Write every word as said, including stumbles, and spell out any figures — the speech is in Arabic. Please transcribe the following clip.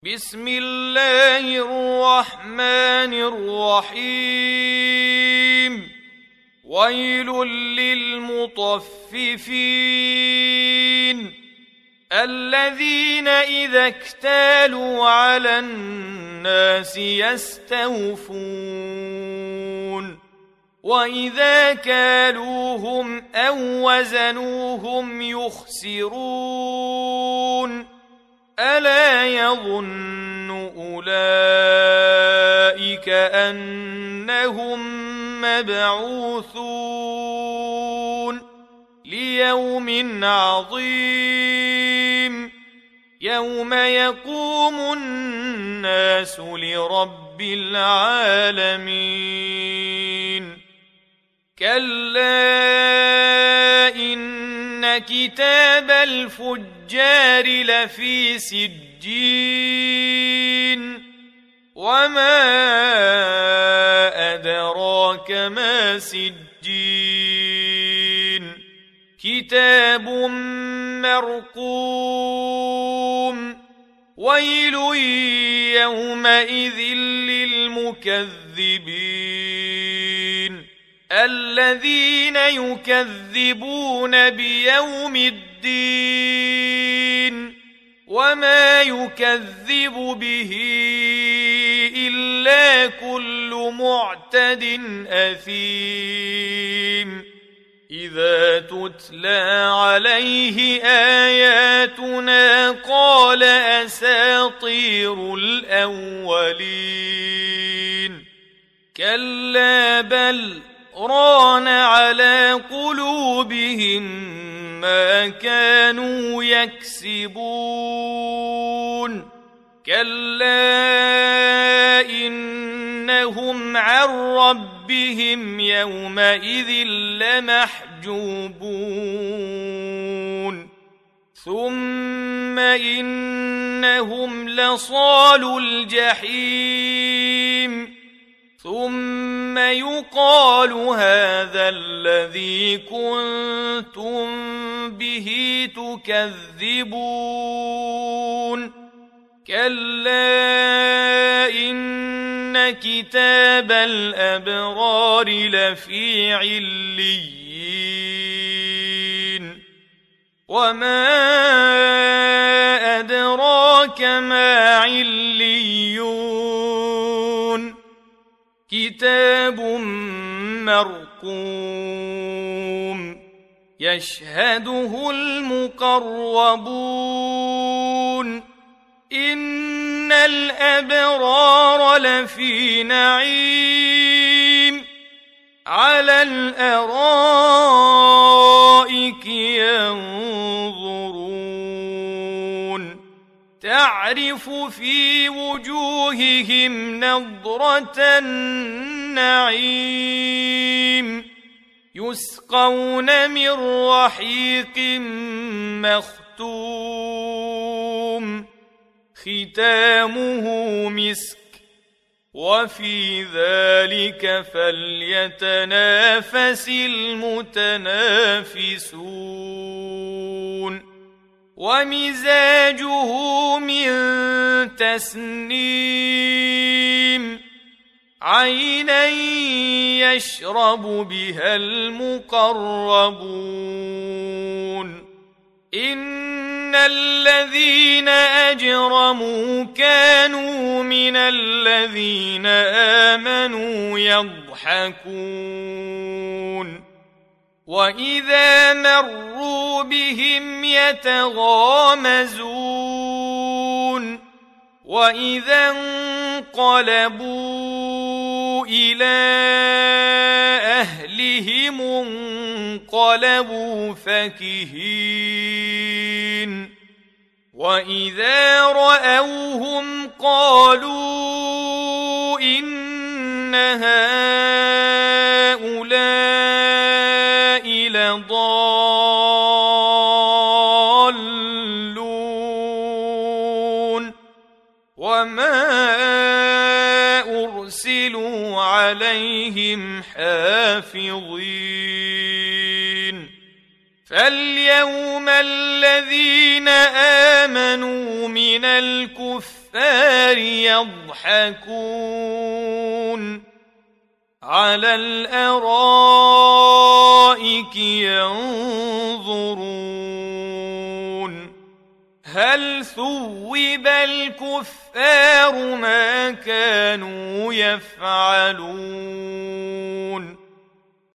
بسم الله الرحمن الرحيم ويل للمطففين الذين إذا اكتالوا على الناس يستوفون وإذا كالوهم أو وزنوهم يخسرون ألا يظن أولئك أنهم مبعوثون ليوم عظيم يوم يقوم الناس لرب العالمين كلا إن كتاب الفجار لفي سجين وما أدراك ما سجين كتاب مرقوم ويل يومئذ للمكذبين الذين يكذبون بيوم الدين وما يكذب به إلا كل معتد أثيم إذا تتلى عليه آياتنا قال أساطير الأولين كلا بل ران على قلوبهم ما كانوا يكسبون كلا إنهم عن ربهم يومئذ لمحجوبون ثم إنهم لصالو الجحيم ثم يقال هذا الذي كنتم به تكذبون كلا إن كتاب الأبرار لفي عليين وما أدراك ما عليون كتاب مرقوم يشهده المقربون إن الأبرار لفي نعيم على الأرائك ينظرون تعرف في وجوههم نضرة النعيم يسقون من رحيق مختوم ختامه مسك وفي ذلك فليتنافس المتنافسون ومزاجه من تسنيم عينا يشرب بها المقربون إن الذين أجرموا كانوا من الذين آمنوا يضحكون وإذا مروا بهم يتغامزون وإذا انقلبوا إلى أهلهم انقلبوا فكهين وإذا رأوهم قالوا إن هؤلاء لضالون وما أرسلوا عليهم حافظين فاليوم الذين آمنوا من الكفار الكفار يضحكون على الأرائك ينظرون هل ثوب الكفار ما كانوا يفعلون